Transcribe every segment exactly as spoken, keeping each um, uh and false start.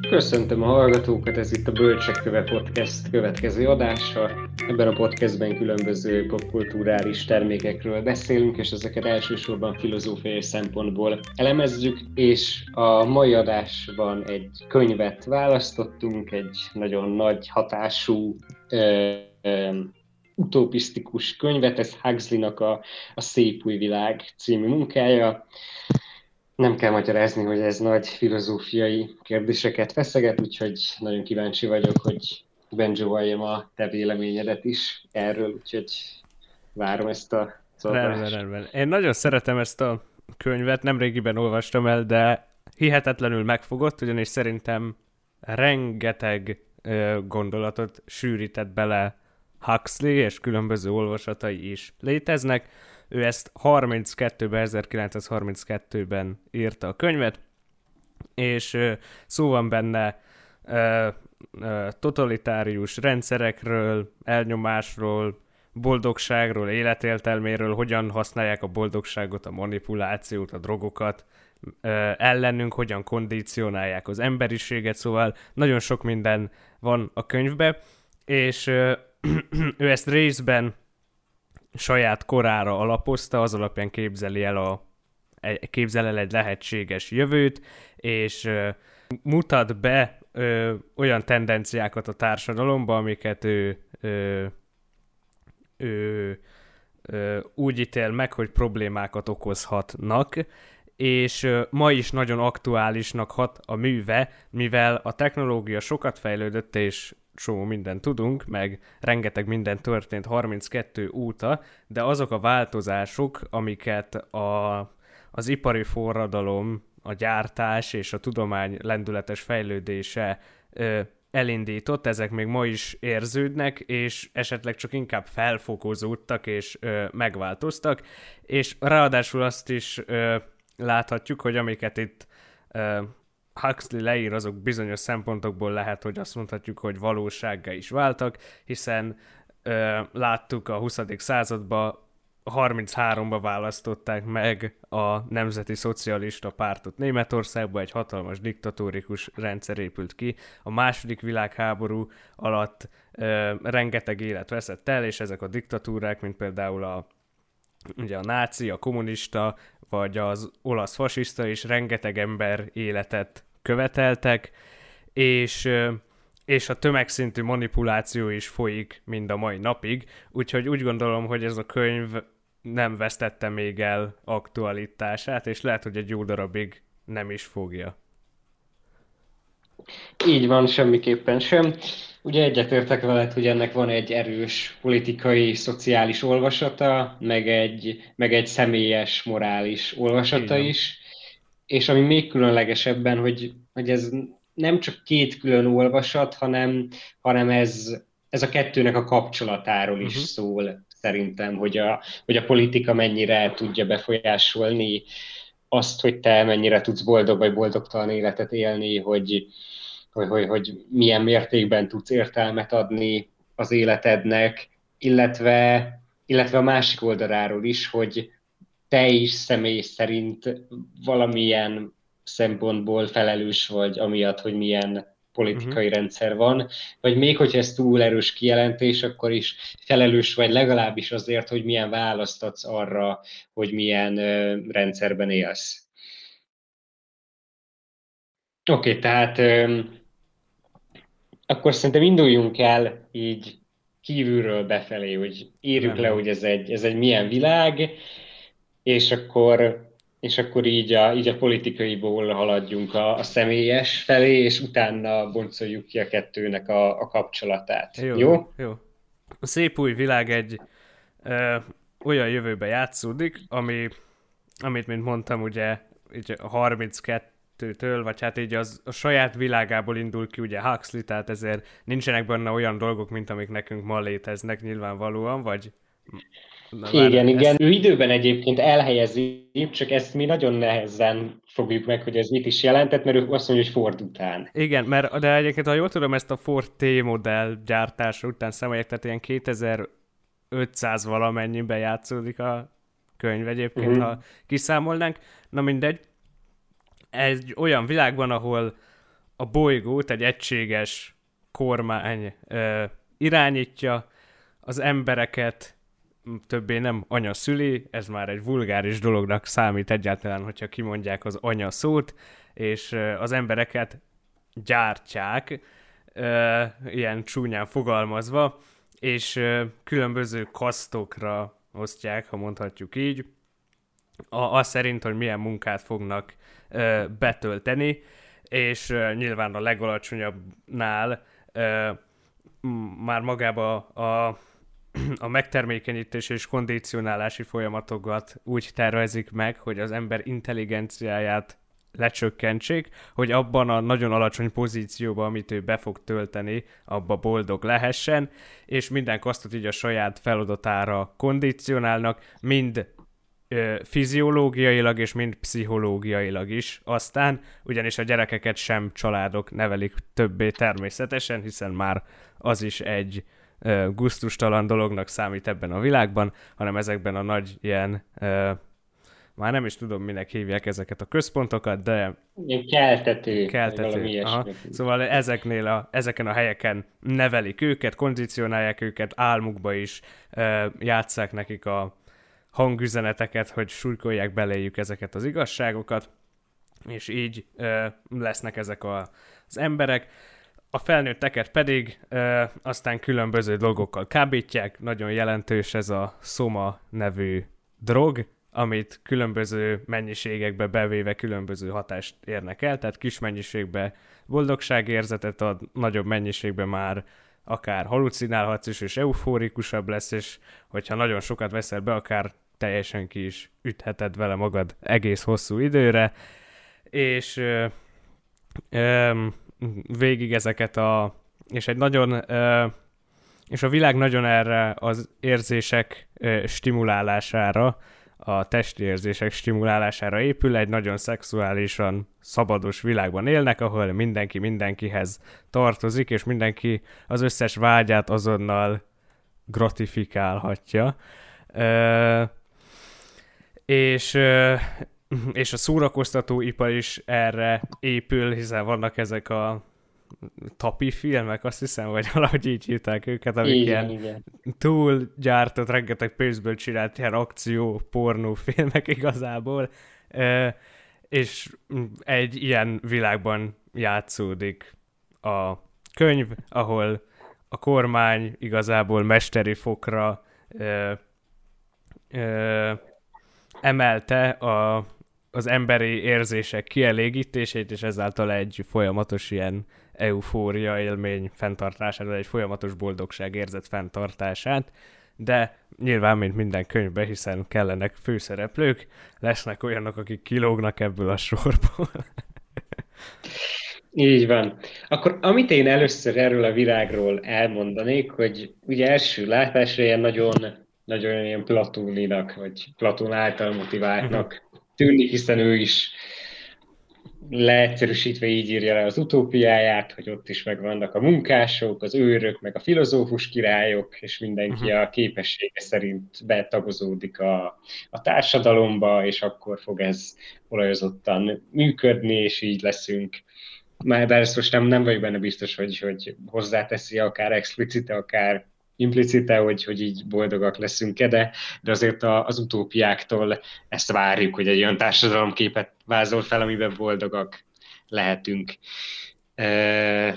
Köszöntöm a hallgatókat, ez itt a Bölcsekköve Podcast következő adása. Ebben a podcastben különböző popkulturális termékekről beszélünk, és ezeket elsősorban filozófiai szempontból elemezzük, és a mai adásban egy könyvet választottunk, egy nagyon nagy hatású, ö, ö, utopisztikus könyvet, ez Huxleynak a, a Szép új világ című munkája. Nem kell magyarázni, hogy ez nagy filozófiai kérdéseket feszeget, úgyhogy nagyon kíváncsi vagyok, hogy Benjo, halljam a te véleményedet is erről, úgyhogy várom ezt a Rendben, rendben. Én nagyon szeretem ezt a könyvet, nemrégiben olvastam el, de hihetetlenül megfogott, ugyanis szerintem rengeteg ö, gondolatot sűrített bele Huxley, és különböző olvasatai is léteznek. Ő ezt harminckettőben, ezerkilencszázharminckettőben írta a könyvet, és ö, szó van benne ö, ö, totalitárius rendszerekről, elnyomásról, boldogságról, életértelméről, hogyan használják a boldogságot, a manipulációt, a drogokat ö, ellenünk, hogyan kondicionálják az emberiséget, szóval nagyon sok minden van a könyvbe, és ö, ő ezt részben saját korára alapozta, az alapján képzeli el, a, képzel el egy lehetséges jövőt, és ö, mutat be ö, olyan tendenciákat a társadalomba, amiket ő, ö, ő ö, úgy ítél meg, hogy problémákat okozhatnak, és ö, ma is nagyon aktuálisnak hat a műve, mivel a technológia sokat fejlődött, és csomó mindent tudunk, meg rengeteg minden történt harminckettő óta, de azok a változások, amiket a, az ipari forradalom, a gyártás és a tudomány lendületes fejlődése ö, elindított, ezek még ma is érződnek, és esetleg csak inkább felfokozódtak és ö, megváltoztak, és ráadásul azt is ö, láthatjuk, hogy amiket itt ö, Huxley leír, azok bizonyos szempontokból lehet, hogy azt mondhatjuk, hogy valósággá is váltak, hiszen ö, láttuk a huszadik században, harmincháromba választották meg a Nemzeti Szocialista Pártot Németországban, egy hatalmas diktatórikus rendszer épült ki. A második világháború alatt ö, rengeteg élet veszett el, és ezek a diktatúrák, mint például a, ugye a náci, a kommunista, vagy az olasz fasiszta is rengeteg ember életet követeltek, és, és a tömegszintű manipuláció is folyik mind a mai napig, úgyhogy úgy gondolom, hogy ez a könyv nem vesztette még el aktualitását, és lehet, hogy egy jó darabig nem is fogja. Így van, semmiképpen sem. Ugye egyetértek veled, hogy ennek van egy erős politikai, szociális olvasata, meg egy, meg egy személyes, morális olvasata is. És ami még különlegesebben, hogy, hogy ez nem csak két külön olvasat, hanem, hanem ez, ez a kettőnek a kapcsolatáról is uh-huh. szól, szerintem, hogy a, hogy a politika mennyire tudja befolyásolni azt, hogy te mennyire tudsz boldog vagy boldogtalan életet élni, hogy, hogy, hogy, hogy milyen mértékben tudsz értelmet adni az életednek, illetve, illetve a másik oldaláról is, hogy te is személy szerint valamilyen szempontból felelős vagy, amiatt, hogy milyen politikai uh-huh. rendszer van, vagy még hogyha ez túl erős kijelentés, akkor is felelős vagy legalábbis azért, hogy milyen választ adsz arra, hogy milyen ö, rendszerben élsz. Oké, okay, tehát ö, akkor szerintem induljunk el így kívülről befelé, hogy írjuk le, hogy ez egy, ez egy milyen világ, és akkor, és akkor így, a, így a politikaiból haladjunk a, a személyes felé, és utána boncoljuk ki a kettőnek a, a kapcsolatát. Jó? Jó? Jó. A Szép új világ egy ö, olyan jövőbe játszódik, ami, amit, mint mondtam, ugye így a harminckettőtől, vagy hát így az, a saját világából indul ki ugye Huxley, tehát ezért nincsenek benne olyan dolgok, mint amik nekünk ma léteznek nyilvánvalóan, vagy... Na, igen, igen. Ezt... Ő időben egyébként elhelyezi, csak ezt mi nagyon nehezen fogjuk meg, hogy ez mit is jelentett, mert ő azt mondja, hogy Ford után. Igen, mert de egyébként, ha jól tudom, ezt a Ford T-modell gyártása után szemeljek, tehát ilyen kétezer-ötszáz valamennyiben játszódik a könyv egyébként, uh-huh. ha kiszámolnánk. Na mindegy. Egy olyan világban, ahol a bolygót egy egységes kormány ö, irányítja, az embereket többé nem anya szüli, ez már egy vulgáris dolognak számít egyáltalán, hogyha kimondják az anya szót, és ö, az embereket gyártják, ö, ilyen csúnyán fogalmazva, és ö, különböző kasztokra osztják, ha mondhatjuk így, a, az szerint, hogy milyen munkát fognak ö, betölteni, és ö, nyilván a legalacsonyabbnál ö, m- már magába a, a megtermékenyítés és kondicionálási folyamatokat úgy tervezik meg, hogy az ember intelligenciáját lecsökkentsék, hogy abban a nagyon alacsony pozícióban, amit ő be fog tölteni, abba boldog lehessen, és minden kasztot így a saját feladatára kondicionálnak, mind ö, fiziológiailag és mind pszichológiailag is. Aztán ugyanis a gyerekeket sem családok nevelik többé természetesen, hiszen már az is egy ö, gusztustalan dolognak számít ebben a világban, hanem ezekben a nagy ilyen ö, már nem is tudom, minek hívják ezeket a központokat, de... Keltető. Keltető. Aha. Szóval ezeknél a, ezeken a helyeken nevelik őket, kondicionálják őket, álmukba is ö, játsszák nekik a hangüzeneteket, hogy súlykolják beléjük ezeket az igazságokat, és így ö, lesznek ezek a, az emberek. A felnőtteket pedig ö, aztán különböző dolgokkal kábítják, nagyon jelentős ez a Soma nevű drog, amit különböző mennyiségekbe bevéve különböző hatást érnek el, tehát kis mennyiségbe boldogságérzetet ad, nagyobb mennyiségben már akár halucinálhatsz is, és eufórikusabb lesz, és hogyha nagyon sokat veszel be, akár teljesen ki is ütheted vele magad egész hosszú időre, és ö, ö, végig ezeket a... és egy nagyon... Ö, és a világ nagyon erre az érzések ö, stimulálására, a testi érzések stimulálására épül, egy nagyon szexuálisan szabados világban élnek, ahol mindenki mindenkihez tartozik, és mindenki az összes vágyát azonnal gratifikálhatja. Ö, és, ö, és a szórakoztatóipar is erre épül, hiszen vannak ezek a tapi filmek, azt hiszem, vagy valahogy így hívták őket, amik igen, ilyen igen. túl gyártott, rengeteg pénzből csinált ilyen akció, pornó filmek igazából, e, és egy ilyen világban játszódik a könyv, ahol a kormány igazából mesteri fokra e, e, emelte a, az emberi érzések kielégítését, és ezáltal egy folyamatos ilyen eufória élmény fenntartására, egy folyamatos boldogság érzet fenntartását, de nyilván, mint minden könyvben, hiszen kellenek főszereplők, lesznek olyanok, akik kilógnak ebből a sorból. Így van. Akkor amit én először erről a világról elmondanék, hogy ugye első látásra ilyen nagyon, nagyon ilyen Platóninak, vagy Platón által motiváltnak tűnik, hiszen ő is leegyszerűsítve így írja le az utópiáját, hogy ott is megvannak a munkások, az őrök, meg a filozófus királyok, és mindenki uh-huh. a képessége szerint betagozódik a, a társadalomba, és akkor fog ez olajozottan működni, és így leszünk. Már de ezt most nem, nem vagyok benne biztos, hogy, hogy hozzáteszi akár explicite, akár implicite, hogy, hogy így boldogak leszünk-e, de, de azért a, az utópiáktól ezt várjuk, hogy egy olyan társadalomképet vázol fel, amiben boldogak lehetünk. E,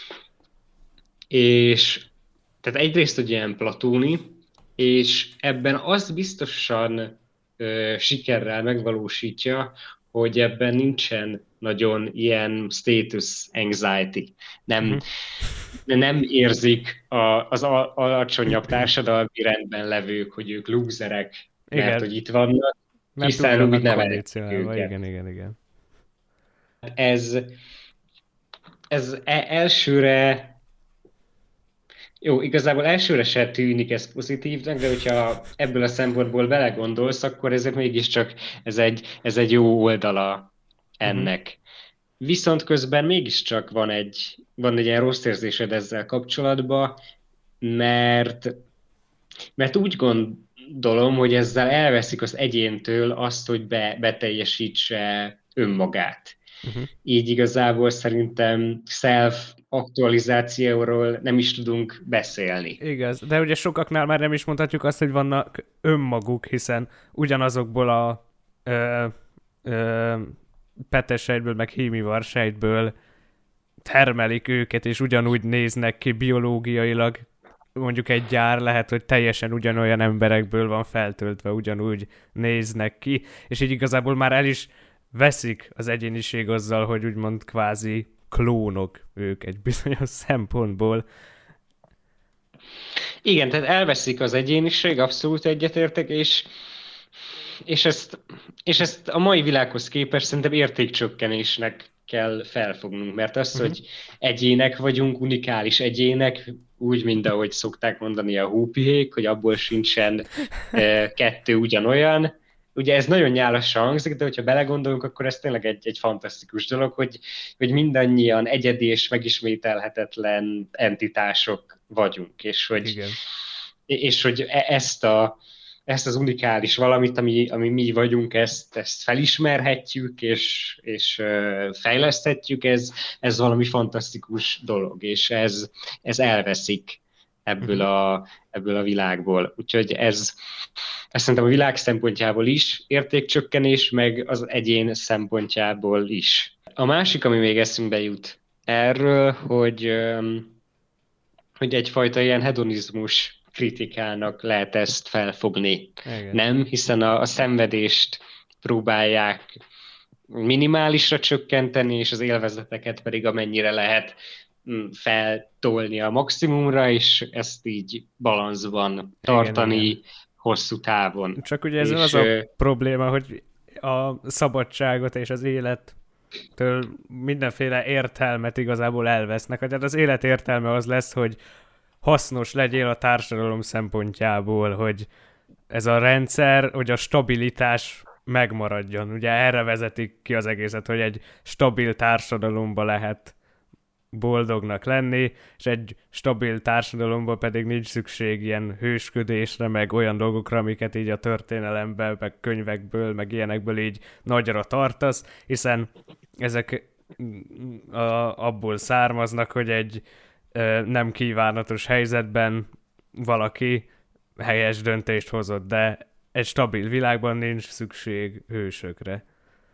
és tehát egyrészt hogy ilyen platóni, és ebben azt biztosan e, sikerrel megvalósítja, hogy ebben nincsen nagyon ilyen status anxiety. Nem, mm-hmm. nem érzik a, az alacsonyabb társadalmi rendben levők, hogy ők lúzerek, mert igen. hogy itt vannak, nem hiszen úgy nevelik őket. Igen, igen, igen. Ez, ez elsőre, jó, igazából elsőre se tűnik ez pozitívnak, de hogyha ebből a szempontból belegondolsz, akkor ez mégiscsak ez egy, ez egy jó oldala ennek. Uh-huh. Viszont közben mégiscsak van egy, van egy ilyen rossz érzésed ezzel kapcsolatban, mert, mert úgy gondolom, hogy ezzel elveszik az egyéntől azt, hogy be, beteljesítse önmagát. Uh-huh. így igazából szerintem self-aktualizációról nem is tudunk beszélni. Igaz, de ugye sokaknál már nem is mondhatjuk azt, hogy vannak önmaguk, hiszen ugyanazokból a ö, ö, petesejtből, meg hímivarsejtből termelik őket, és ugyanúgy néznek ki biológiailag. Mondjuk egy gyár lehet, hogy teljesen ugyanolyan emberekből van feltöltve, ugyanúgy néznek ki, és így igazából már el is veszik az egyéniség azzal, hogy úgymond kvázi klónok ők egy bizonyos szempontból. Igen, tehát elveszik az egyéniség, abszolút egyetértek, és, és, ezt, és ezt a mai világhoz képest szerintem értékcsökkenésnek kell felfognunk, mert az, uh-huh. hogy egyének vagyunk, unikális egyének, úgy, mint ahogy szokták mondani a hópihék, hogy abból sincsen e, kettő ugyanolyan. Ugye ez nagyon nyálasan hangzik, de hogyha belegondolunk, akkor ez tényleg egy, egy fantasztikus dolog, hogy, hogy mindannyian egyedi és megismételhetetlen entitások vagyunk, és hogy, Igen. és hogy e- ezt, a, ezt az unikális valamit, ami, ami mi vagyunk, ezt, ezt felismerhetjük, és, és ö, fejleszthetjük, ez, ez valami fantasztikus dolog, és ez, ez elveszik ebből a, ebből a világból. Úgyhogy ez, ez szerintem a világ szempontjából is értékcsökkenés, meg az egyén szempontjából is. A másik, ami még eszünkbe jut erről, hogy, ö, hogy egyfajta ilyen hedonizmus kritikának lehet ezt felfogni. Igen. Nem, hiszen a, a szenvedést próbálják minimálisra csökkenteni, és az élvezeteket pedig amennyire lehet feltolni a maximumra, és ezt így balanszban tartani igen, igen. hosszú távon. Csak ugye ez és az a probléma, hogy a szabadságot és az élettől mindenféle értelmet igazából elvesznek. Tehát az élet értelme az lesz, hogy hasznos legyél a társadalom szempontjából, hogy ez a rendszer, hogy a stabilitás megmaradjon. Ugye erre vezetik ki az egészet, hogy egy stabil társadalomba lehet boldognak lenni, és egy stabil társadalomban pedig nincs szükség ilyen hősködésre, meg olyan dolgokra, amiket így a történelemben, meg könyvekből, meg ilyenekből így nagyra tartasz, hiszen ezek a, abból származnak, hogy egy nem kívánatos helyzetben valaki helyes döntést hozott, de egy stabil világban nincs szükség hősökre.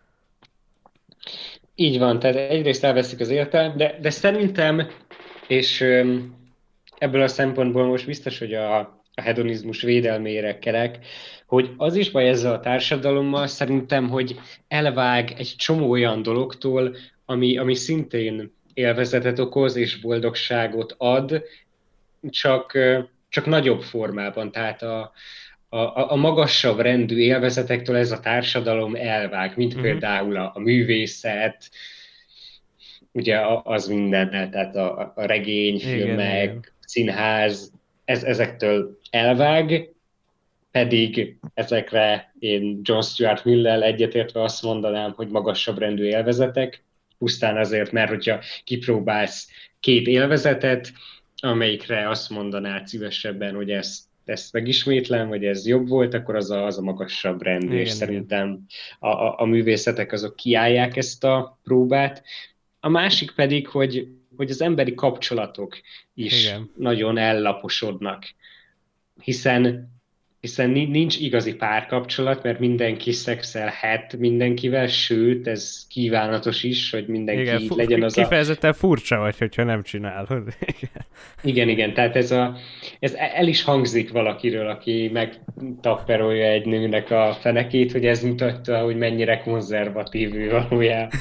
Így van, tehát egyrészt elveszik az értelmet, de, de szerintem, és ebből a szempontból most biztos, hogy a, a hedonizmus védelmére kerek, hogy az is baj ezzel a társadalommal szerintem, hogy elvág egy csomó olyan dologtól, ami, ami szintén élvezetet okoz és boldogságot ad, csak, csak nagyobb formában. Tehát a, a, a magasabb rendű élvezetektől ez a társadalom elvág, mint uh-huh. például a, a művészet, ugye az mindennel, tehát a, a regényfilmek, igen, színház, ez, ezektől elvág, pedig ezekre én John Stuart Mill-lel egyetértve azt mondanám, hogy magasabb rendű élvezetek, pusztán azért, mert hogyha kipróbálsz két élvezetet, amelyikre azt mondanád szívesebben, hogy ezt, ezt megismétlem, vagy ez jobb volt, akkor az a, az a magasabb rendű, igen, és igen. Szerintem a, a, a művészetek azok kiállják ezt a próbát. A másik pedig, hogy, hogy az emberi kapcsolatok is igen. nagyon ellaposodnak, hiszen hiszen nincs igazi párkapcsolat, mert mindenki szexelhet mindenkivel, sőt, ez kívánatos is, hogy mindenki igen, így legyen az kifejezetten a... furcsa vagy, hogyha nem csinálod. igen, igen, tehát ez, a, ez el is hangzik valakiről, aki megtapperolja egy nőnek a fenekét, hogy ez mutatta, hogy mennyire konzervatív ő valójában.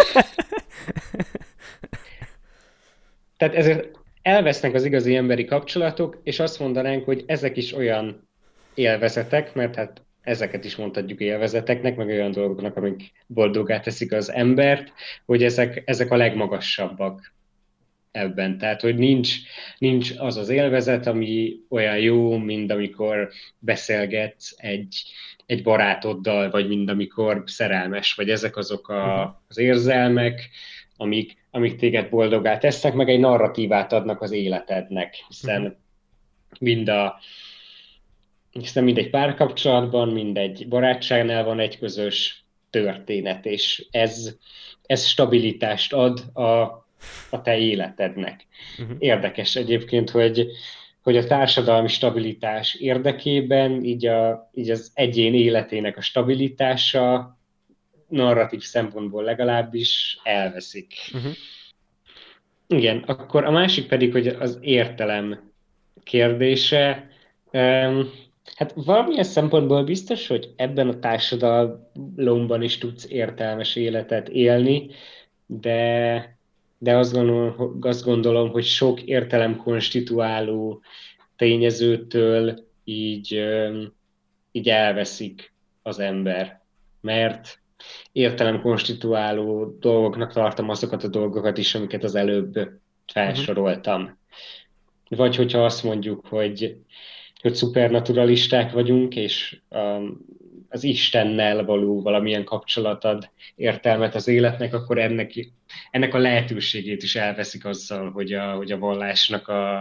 Tehát ezért elvesznek az igazi emberi kapcsolatok, és azt mondanánk, hogy ezek is olyan élvezetek, mert hát ezeket is mondhatjuk élvezeteknek, meg olyan dolgoknak, amik boldoggá teszik az embert, hogy ezek, ezek a legmagasabbak ebben. Tehát, hogy nincs, nincs az az élvezet, ami olyan jó, mint amikor beszélgetsz egy, egy barátoddal, vagy mint amikor szerelmes, vagy ezek azok a, az érzelmek, amik, amik téged boldoggá tesznek, meg egy narratívát adnak az életednek, hiszen mind a hiszen mindegy párkapcsolatban, mindegy barátságnál van egy közös történet, és ez, ez stabilitást ad a, a te életednek. Uh-huh. Érdekes egyébként, hogy, hogy a társadalmi stabilitás érdekében így, a, így az egyén életének a stabilitása narratív szempontból legalábbis elveszik. Uh-huh. Igen, akkor a másik pedig, hogy az értelem kérdése. Um, hát valamilyen szempontból biztos, hogy ebben a társadalomban is tudsz értelmes életet élni, de, de azt gondolom, azt gondolom, hogy sok értelem konstituáló tényezőtől így, um, így elveszik az ember. Mert értelem konstituáló dolgoknak tartom azokat a dolgokat is, amiket az előbb felsoroltam. Vagy hogyha azt mondjuk, hogy, hogy szupernaturalisták vagyunk, és um, az Istennel való valamilyen kapcsolat ad értelmet az életnek, akkor ennek, ennek a lehetőségét is elveszik azzal, hogy a, hogy a vallásnak a,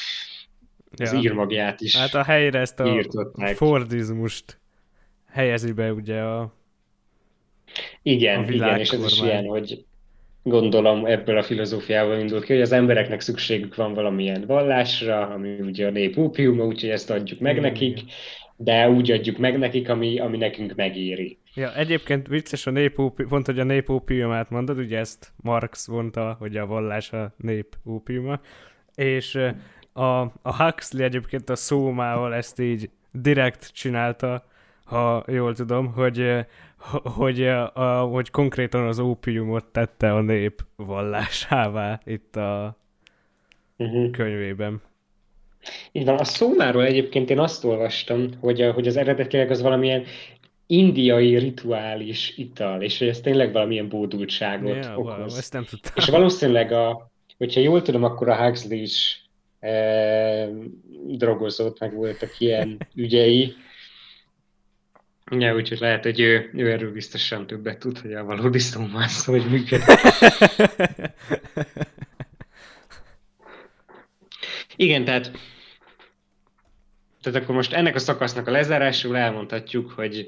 az Ja. írmagját is Hát a helyre ezt a írtották. fordizmust helyezi be ugye a Igen, a igen, és ez is világkormány. ilyen, hogy gondolom ebből a filozófiával indult ki, hogy az embereknek szükségük van valamilyen vallásra, ami ugye a nép ópiuma, úgyhogy ezt adjuk meg Igen, nekik, igen. de úgy adjuk meg nekik, ami, ami nekünk megéri. Ja, egyébként vicces a népópi, pont, hogy a népópiumát mondod, ugye ezt Marx mondta, hogy a vallás a nép ópiuma, és ö, a, a Huxley egyébként a szómával ezt így direkt csinálta, ha jól tudom, hogy, ö, ho- hogy, ö, a, hogy konkrétan az ópiumot tette a nép vallásává itt a Uh-huh. könyvében. Így van, a szómáról egyébként én azt olvastam, hogy, a, hogy az eredetileg az valamilyen indiai rituális ital, és hogy ez tényleg valamilyen bódultságot Ja, wow, okoz. ezt nem tudtam. És valószínűleg, a, hogyha jól tudom, akkor a Huxley is e, drogozott, meg voltak ilyen ügyei. Ja, úgyhogy lehet, hogy ő, ő erről biztosan többet tud, hogy a valódi szómász, hogy működik. Igen, tehát, tehát akkor most ennek a szakasznak a lezárásul elmondhatjuk, hogy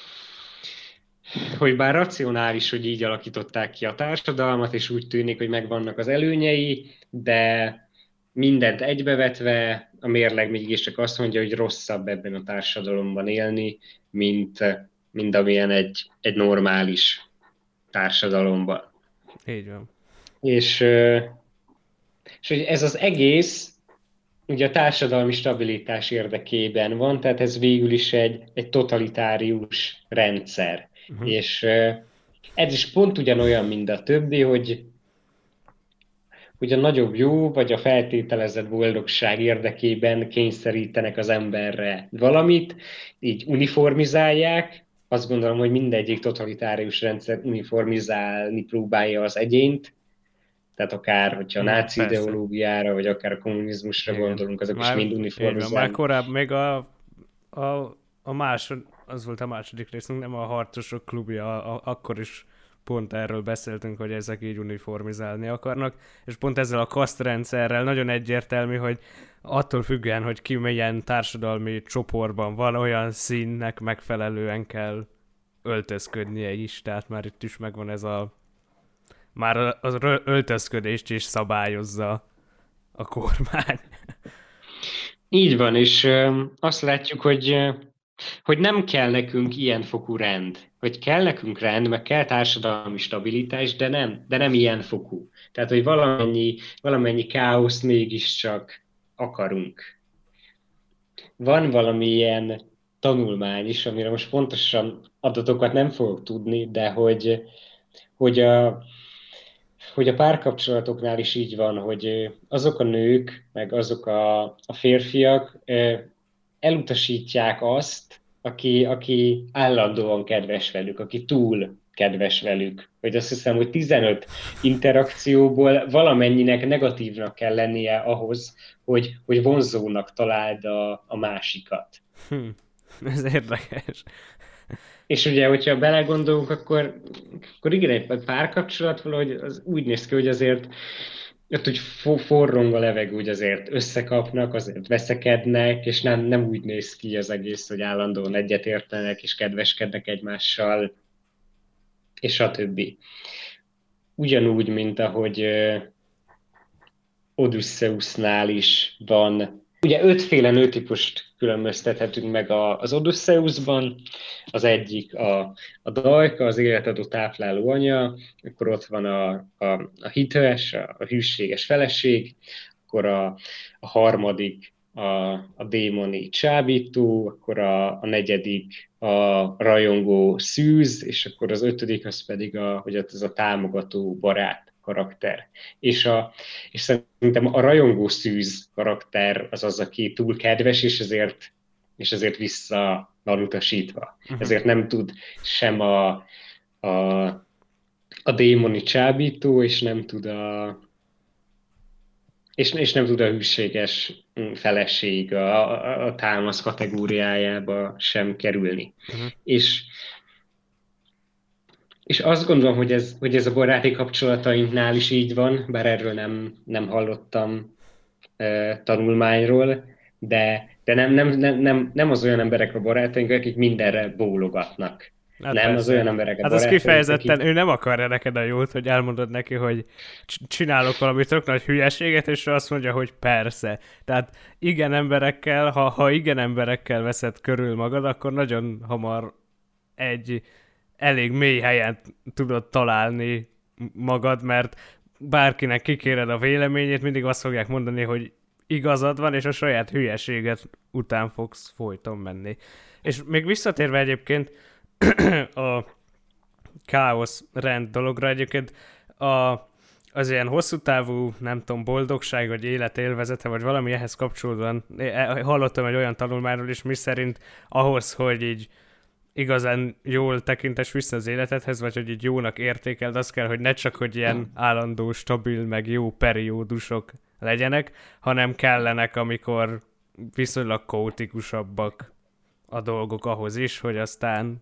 hogy bár racionális, hogy így alakították ki a társadalmat, és úgy tűnik, hogy megvannak az előnyei, de mindent egybevetve a mérleg mégiscsak azt mondja, hogy rosszabb ebben a társadalomban élni, mint, mint amilyen egy, egy normális társadalomban. Így van. És, és hogy ez az egész ugye a társadalmi stabilitás érdekében van, tehát ez végül is egy, egy totalitárius rendszer. Uh-huh. És ez is pont ugyanolyan, mint a többi, hogy, hogy a nagyobb jó, vagy a feltételezett boldogság érdekében kényszerítenek az emberre valamit, így uniformizálják. Azt gondolom, hogy mindegyik totalitárius rendszer uniformizálni próbálja az egyént, tehát akár, hogyha a náci Persze. ideológiára, vagy akár a kommunizmusra igen. gondolunk, azok már, is mind uniformizálni. Már korábban, még a, a, a másod, az volt a második részünk, nem a harcosok klubja, a, a, akkor is pont erről beszéltünk, hogy ezek így uniformizálni akarnak, és pont ezzel a kasztrendszerrel nagyon egyértelmű, hogy attól függően, hogy ki milyen társadalmi csoportban van, olyan színnek megfelelően kell öltözködnie is, tehát már itt is megvan ez a már az öltözködést is szabályozza a kormány. Így van, és azt látjuk, hogy, hogy nem kell nekünk ilyen fokú rend. Hogy kell nekünk rend, meg kell társadalmi stabilitás, de nem, de nem ilyen fokú. Tehát, hogy valamennyi, valamennyi káoszt mégiscsak akarunk. Van valamilyen tanulmány is, amire most pontosan adatokat nem fogok tudni, de hogy, hogy a hogy a párkapcsolatoknál is így van, hogy azok a nők, meg azok a, a férfiak elutasítják azt, aki, aki állandóan kedves velük, aki túl kedves velük. Hogy azt hiszem, hogy tizenöt interakcióból valamennyinek negatívnak kell lennie ahhoz, hogy, hogy vonzónak találd a, a másikat. Hm, ez érdekes. És ugye, hogyha belegondolunk, akkor, akkor igen, egy párkapcsolat valahogy az úgy néz ki, hogy azért ott úgy forrong a levegő, úgy azért összekapnak, azért veszekednek, és nem, nem úgy néz ki az egész, hogy állandóan egyetértenek és kedveskednek egymással. és a többi. Ugyanúgy, mint ahogy uh, Odysseusnál is van. Ugye ötféle nőtípust különböztethetünk meg a, az Odysseusban. Az egyik a, a dajka, az életadó tápláló anya, akkor ott van a, a, a hiteles, a, a hűséges feleség, akkor a, a harmadik a, a démoni csábító, akkor a, a negyedik a rajongó szűz, és akkor az ötödik az pedig a, hogy az a támogató barát karakter. És, a, és szerintem a rajongó szűz karakter az az, aki túl kedves, és ezért, és ezért vissza van utasítva. Uh-huh. Ezért nem tud sem a, a, a démoni csábító, és nem tud a és, és nem tud a hűséges feleség a, a, a támasz kategóriájába sem kerülni. Uh-huh. És És azt gondolom, hogy ez, hogy ez a baráti kapcsolatainknál is így van, bár erről nem, nem hallottam e, tanulmányról, de, de nem, nem, nem, nem, nem az olyan emberek a barátaink, akik mindenre bólogatnak. Hát nem persze. Az olyan emberek a hát barátaink, az kifejezetten, akik... ő nem akarja neked a jót, hogy elmondod neki, hogy csinálok valami tök nagy hülyeséget, és ő azt mondja, hogy persze. Tehát igen emberekkel, ha, ha igen emberekkel veszed körül magad, akkor nagyon hamar egy elég mély helyen tudod találni magad, mert bárkinek kikéred a véleményét, mindig azt fogják mondani, hogy igazad van, és a saját hülyeséget után fogsz folyton menni. És még visszatérve egyébként a káosz rend dologra, egyébként a, az ilyen hosszú távú, nem tudom, boldogság, vagy életélvezete, vagy valami ehhez kapcsolódóan, hallottam egy olyan tanulmányról is, miszerint ahhoz, hogy így igazán jól tekintes vissza az életedhez, vagy hogy így jónak értékeld, az kell, hogy ne csak, hogy ilyen állandó, stabil, meg jó periódusok legyenek, hanem kellenek, amikor viszonylag kaotikusabbak a dolgok ahhoz is, hogy aztán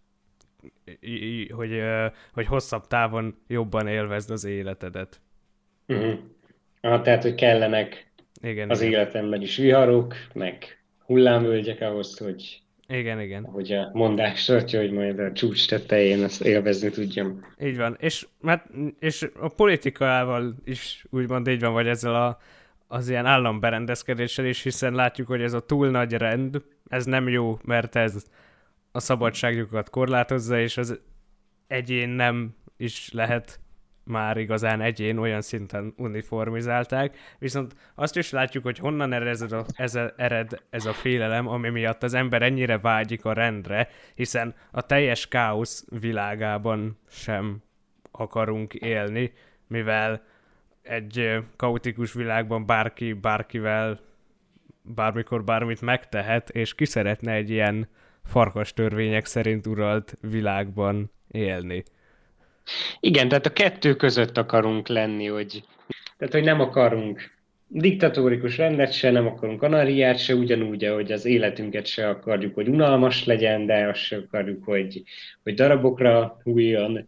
hogy, hogy hosszabb távon jobban élvezd az életedet. Uh-huh. Ah, tehát, hogy kellenek igen, az igen. életemben is viharok, meg hullámvölgyek ahhoz, hogy igen, igen. Ahogy a mondás tartja, hogy majd a csúcs tetején azt élvezni tudjam. Így van. És, mert, és a politikával is úgymond így van, vagy ezzel a, az ilyen államberendezkedéssel is, hiszen látjuk, hogy ez a túl nagy rend, ez nem jó, mert ez a szabadságjukat korlátozza, és az egyén nem is lehet már igazán egyén, olyan szinten uniformizálták, viszont azt is látjuk, hogy honnan ered ez a, ez a, ered ez a félelem, ami miatt az ember ennyire vágyik a rendre, hiszen a teljes káosz világában sem akarunk élni, mivel egy kaotikus világban bárki bárkivel bármikor bármit megtehet, és ki szeretne egy ilyen farkas törvények szerint uralt világban élni. Igen, tehát a kettő között akarunk lenni, hogy, tehát, hogy nem akarunk diktatórikus rendet se, nem akarunk anarhiát se, ugyanúgy, hogy az életünket se akarjuk, hogy unalmas legyen, de azt se akarjuk, hogy, hogy darabokra hulljon.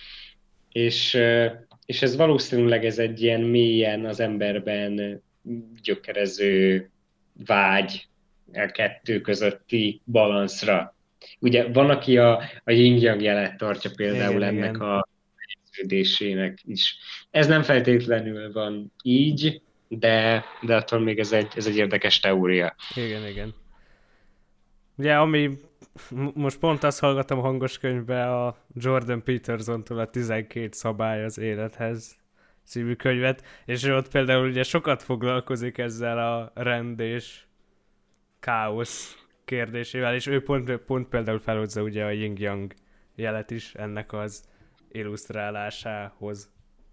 És, és ez valószínűleg ez egy ilyen mélyen az emberben gyökerező vágy a kettő közötti balanszra. Ugye van, aki a, a yin-yang jelet tartja például igen, ennek igen. a fejlődésének is. Ez nem feltétlenül van így, de, de attól még ez egy, ez egy érdekes teória. Igen, igen. Ugye, ami most pont azt hallgattam a hangos könyvbe a Jordan Petersontól a tizenkét szabály az élethez című könyvet, és ott például ugye sokat foglalkozik ezzel a rend és káosz kérdésével, és ő pont, pont például felhozza ugye a yin-yang jelet is ennek az illusztrálásához.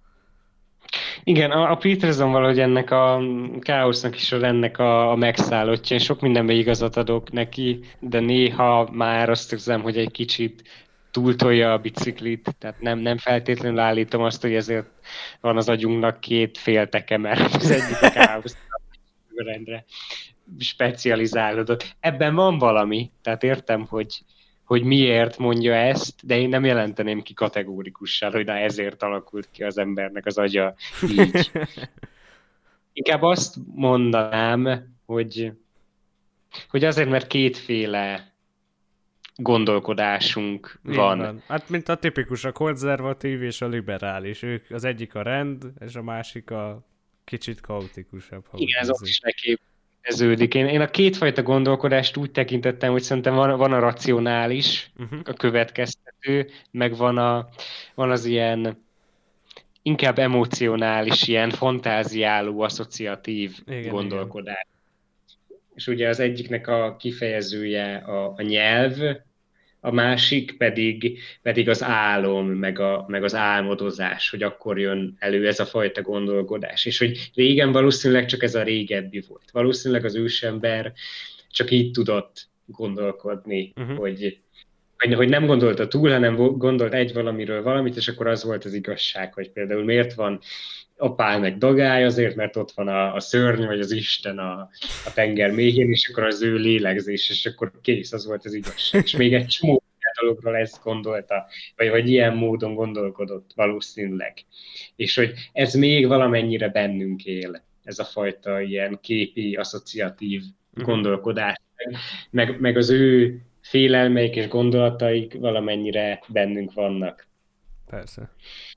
Igen, a, a Peterson valahogy ennek a káosznak is ennek a, a megszállottja. Én sok mindenben igazat adok neki, de néha már azt érzem, hogy egy kicsit túltolja a biciklit, tehát nem, nem feltétlenül állítom azt, hogy ezért van az agyunknak két félteke, mert az egyik a káosz rendre specializálódott. Ebben van valami, tehát értem, hogy, hogy miért mondja ezt, de én nem jelenteném ki kategórikussal, hogy na ezért alakult ki az embernek az agya így. Inkább azt mondanám, hogy, hogy azért, mert kétféle gondolkodásunk Így van. van. Hát mint a tipikus, a konzervatív és a liberális. Ők az egyik a rend, és a másik a kicsit kaotikusabb. Ha Igen, ez ott is neképeződik. Én, én a kétfajta gondolkodást úgy tekintettem, hogy szerintem van, van a racionális, uh-huh. a következtető, meg van, a, van az ilyen inkább emocionális, ilyen fantáziáló, asszociatív igen, gondolkodás. Igen. És ugye az egyiknek a kifejezője a, a nyelv, a másik pedig, pedig az álom, meg, a, meg az álmodozás, hogy akkor jön elő ez a fajta gondolkodás. És hogy régen valószínűleg csak ez a régebbi volt. Valószínűleg az ősember csak így tudott gondolkodni, uh-huh. hogy, hogy nem gondolta túl, hanem gondolt egy valamiről valamit, és akkor az volt az igazság, hogy például miért van apának dagály, azért, mert ott van a, a szörny, vagy az Isten a, a tenger mélyén, és akkor az ő lélegzés, és akkor kész, az volt az igazság. És még egy csomó dologról ezt gondolta, vagy hogy ilyen módon gondolkodott valószínűleg. És hogy ez még valamennyire bennünk él, ez a fajta ilyen képi, asszociatív uh-huh. gondolkodás, meg, meg az ő félelmeik és gondolataik valamennyire bennünk vannak. Persze.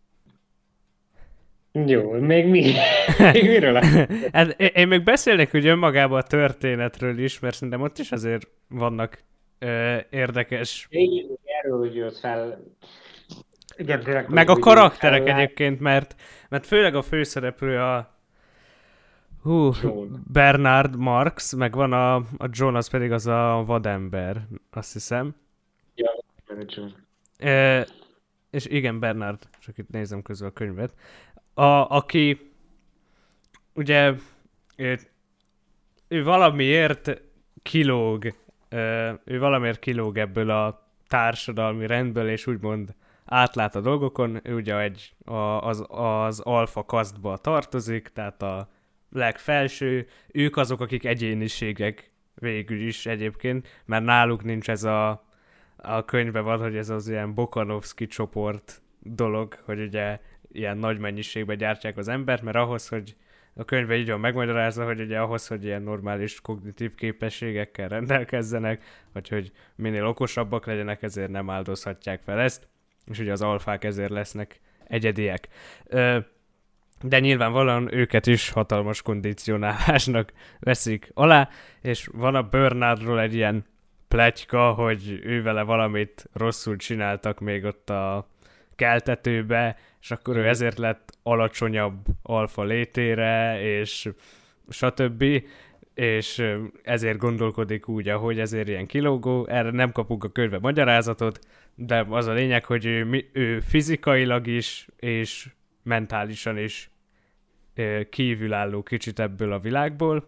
Jó, még mi? Még miről? Hát én még beszélnék ugye önmagában a történetről is, mert szerintem ott is azért vannak ö, érdekes... Igen, erről úgy jött fel. Igen, tényleg, meg a karakterek egyébként, mert, mert főleg a főszereplő a hú, Bernard Marx, meg van a, a John, az pedig az a vadember, azt hiszem. Ja, John. E, és igen, Bernard, csak itt nézem közül a könyvet. A, aki ugye ő, ő valamiért kilóg, ő valamiért kilóg ebből a társadalmi rendből, és úgymond átlát a dolgokon. Ő ugye egy, a, az, az alfa kasztba tartozik, tehát a legfelső. Ők azok, akik egyéniségek végül is egyébként, mert náluk nincs ez a, a könyvben van, hogy ez az ilyen Bokanovszky csoport dolog, hogy ugye ilyen nagy mennyiségben gyártják az embert, mert ahhoz, hogy a könyve így van megmagyarázza, hogy ugye ahhoz, hogy ilyen normális kognitív képességekkel rendelkezzenek, vagy hogy minél okosabbak legyenek, ezért nem áldozhatják fel ezt, és ugye az alfák ezért lesznek egyediek. De nyilvánvalóan őket is hatalmas kondicionálásnak veszik alá, és van a Bernardról egy ilyen pletyka, hogy ő vele valamit rosszul csináltak még ott a keltetőbe, és akkor ő ezért lett alacsonyabb alfa létére, és stb. És ezért gondolkodik úgy, ahogy ezért ilyen kilógó. Erre nem kapunk a könyvbe magyarázatot, de az a lényeg, hogy ő, ő fizikailag is, és mentálisan is kívülálló kicsit ebből a világból.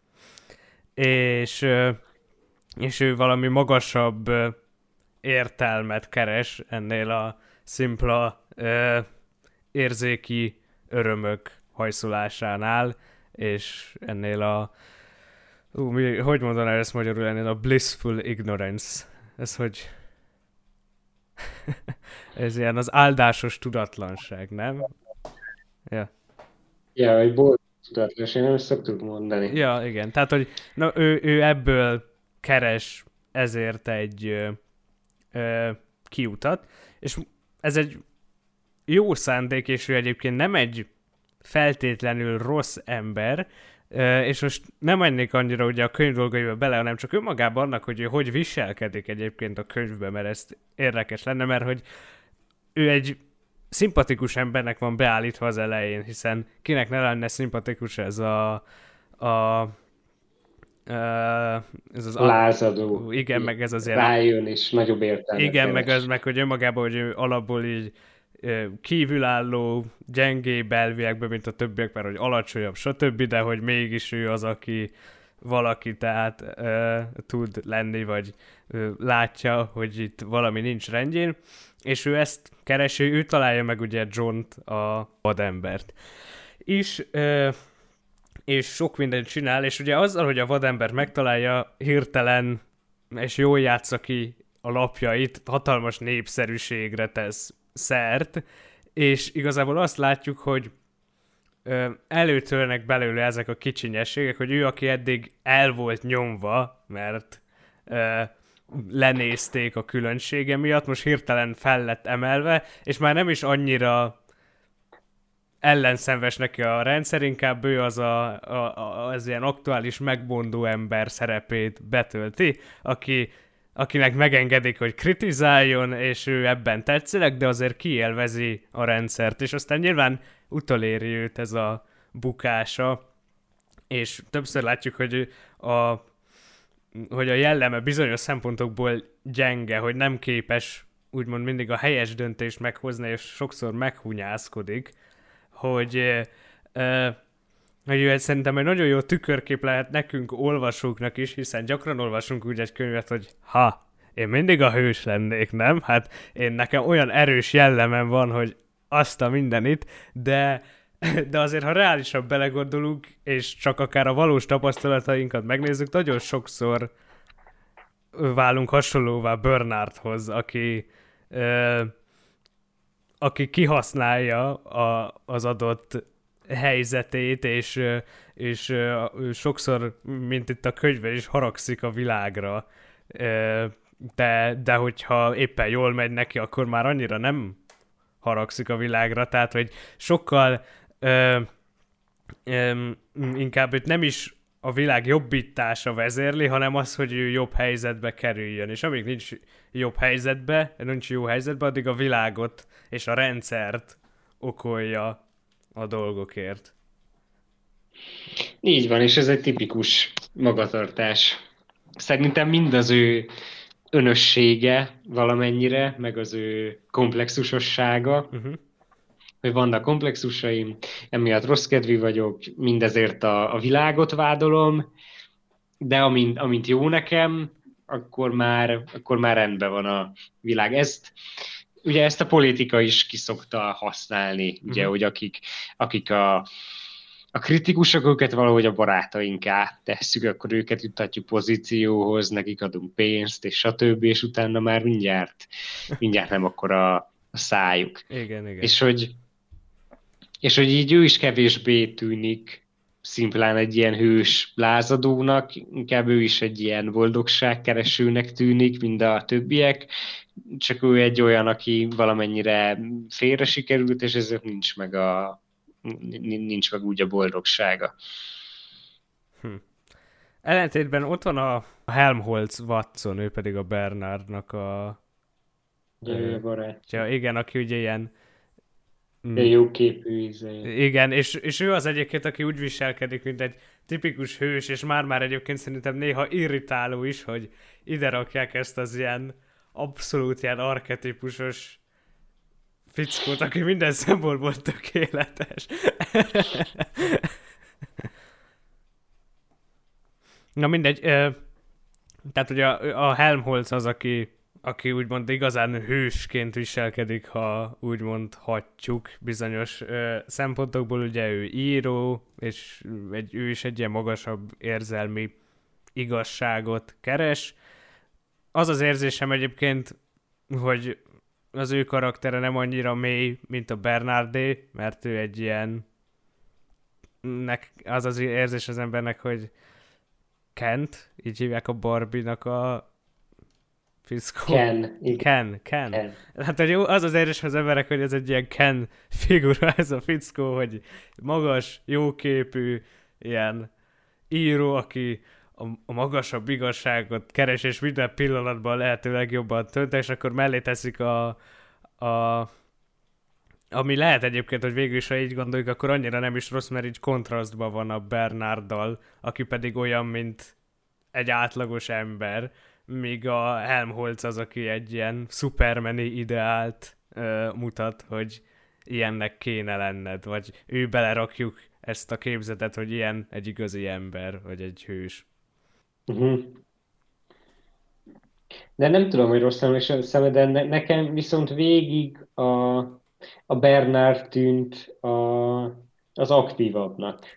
És, és ő valami magasabb értelmet keres ennél a szimpla érzéki örömök hajszolásánál, és ennél a ú, mi, hogy mondaná ezt magyarul, ennél a blissful ignorance. Ez hogy ez ilyen az áldásos tudatlanság, nem? Ja. Ja, hogy boldog tudatlanság, nem szoktuk mondani. Ja, igen. Tehát, hogy na, ő, ő ebből keres ezért egy ö, ö, kiutat, és ez egy jó szándék, és ő egyébként nem egy feltétlenül rossz ember, és most nem mennék annyira ugye a könyv dolgaiba bele, hanem csak önmagában annak, hogy ő hogy viselkedik egyébként a könyvben, mert ez érdekes lenne, mert hogy ő egy szimpatikus embernek van beállítva az elején, hiszen kinek ne lenne szimpatikus ez a, a ez az lázadó. A, igen, meg ez az ilyen... Rájön és nagyobb értelmet. Igen, meg az meg, hogy önmagában, hogy ő alapból így kívülálló, gyengébb elviekben, mint a többiek, mert hogy alacsonyabb, stb., de hogy mégis ő az, aki valaki tehát uh, tud lenni, vagy uh, látja, hogy itt valami nincs rendjén, és ő ezt keresi, ő találja meg ugye John-t, a vadembert. És, uh, és sok mindent csinál, és ugye azzal, hogy a vadember megtalálja, hirtelen, és jól játsza ki a lapjait, hatalmas népszerűségre tesz szert, és igazából azt látjuk, hogy ö, előtörnek belőle ezek a kicsinyességek, hogy ő, aki eddig el volt nyomva, mert ö, lenézték a különbsége miatt, most hirtelen fel lett emelve, és már nem is annyira ellenszenves neki a rendszer, inkább ő az a, a, a, az ilyen aktuális megbondó ember szerepét betölti, aki, akinek megengedik, hogy kritizáljon, és ő ebben tetszik, de azért kiélvezi a rendszert, és aztán nyilván utoléri őt ez a bukása, és többször látjuk, hogy a, hogy a jelleme bizonyos szempontokból gyenge, hogy nem képes úgymond mindig a helyes döntést meghozni, és sokszor meghunyászkodik, hogy, uh, hogy ez szerintem egy nagyon jó tükörkép lehet nekünk olvasóknak is, hiszen gyakran olvasunk úgy egy könyvet, hogy ha, én mindig a hős lennék, nem? Hát én nekem olyan erős jellemem van, hogy azt a mindenit, de, de azért, ha reálisabb belegondolunk, és csak akár a valós tapasztalatainkat megnézzük, nagyon sokszor válunk hasonlóvá Bernardhoz, aki uh, aki kihasználja a, az adott helyzetét, és, és sokszor, mint itt a könyvben is, haragszik a világra. De, de hogyha éppen jól megy neki, akkor már annyira nem haragszik a világra, tehát, hogy sokkal ö, ö, inkább őt nem is a világ jobbítása vezérli, hanem az, hogy ő jobb helyzetbe kerüljön. És amíg nincs jobb helyzetbe, nincs jó helyzetbe, addig a világot és a rendszert okolja a dolgokért. Így van, és ez egy tipikus magatartás. Szerintem mind az ő önössége valamennyire, meg az ő komplexusossága, uh-huh. hogy vannak komplexusaim, emiatt rossz kedvű vagyok, mindezért a, a világot vádolom, de amint, amint jó nekem, akkor már, akkor már rendben van a világ. Ezt, ugye ezt a politika is kiszokta használni, ugye, uh-huh. hogy akik, akik a, a kritikusok, őket valahogy a barátainká tesszük, akkor őket juttatjuk pozícióhoz, nekik adunk pénzt, és stb., és utána már mindjárt, mindjárt nem akkor a, a szájuk. Igen, igen. És hogy, és hogy így ő is kevésbé tűnik szimplán egy ilyen hős lázadónak, inkább ő is egy ilyen boldogságkeresőnek tűnik, mint a többiek, csak ő egy olyan, aki valamennyire félre sikerült, és ezért nincs meg, a, nincs meg úgy a boldogsága. Hm. Ellentétben ott van a Helmholtz Watson, ő pedig a Bernardnak a... Ő a barátja. Igen, aki ugye ilyen... De jó képű íze. Igen, és, és ő az egyébként, aki úgy viselkedik, mint egy tipikus hős, és már-már egyébként szerintem néha irritáló is, hogy ide rakják ezt az ilyen abszolút ilyen archetipusos fickót, aki minden szempontból tökéletes. Na mindegy, tehát ugye a, a Helmholtz az, aki aki úgymond igazán hősként viselkedik, ha úgy mondhatjuk bizonyos ö, szempontokból, ugye ő író, és egy, ő is egy ilyen magasabb érzelmi igazságot keres. Az az érzésem egyébként, hogy az ő karaktere nem annyira mély, mint a Bernardé, mert ő egy ilyen nek, az az érzés az embernek, hogy Kent, így hívják a Barbie-nak a fickó. Ken. Ken, Ken. Ken. Hát hogy az az érzés az emberek, hogy ez egy ilyen Ken figura, ez a fickó, hogy magas, jóképű, ilyen író, aki a, a magasabb igazságot keres, és minden pillanatban lehető legjobban tönt, és akkor mellé teszik a, a ami lehet egyébként, hogy végül is, ha így gondoljuk, akkor annyira nem is rossz, mert így kontrasztban van a Bernarddal, aki pedig olyan, mint egy átlagos ember, míg a Helmholtz az, aki egy ilyen szupermeni ideált ö, mutat, hogy ilyennek kéne lenned, vagy ő belerakjuk ezt a képzetet, hogy ilyen egy igazi ember, vagy egy hős. Uh-huh. De nem tudom, hogy rossz szemed, de ne, nekem viszont végig a, a Bernard tűnt a, az aktívabbnak.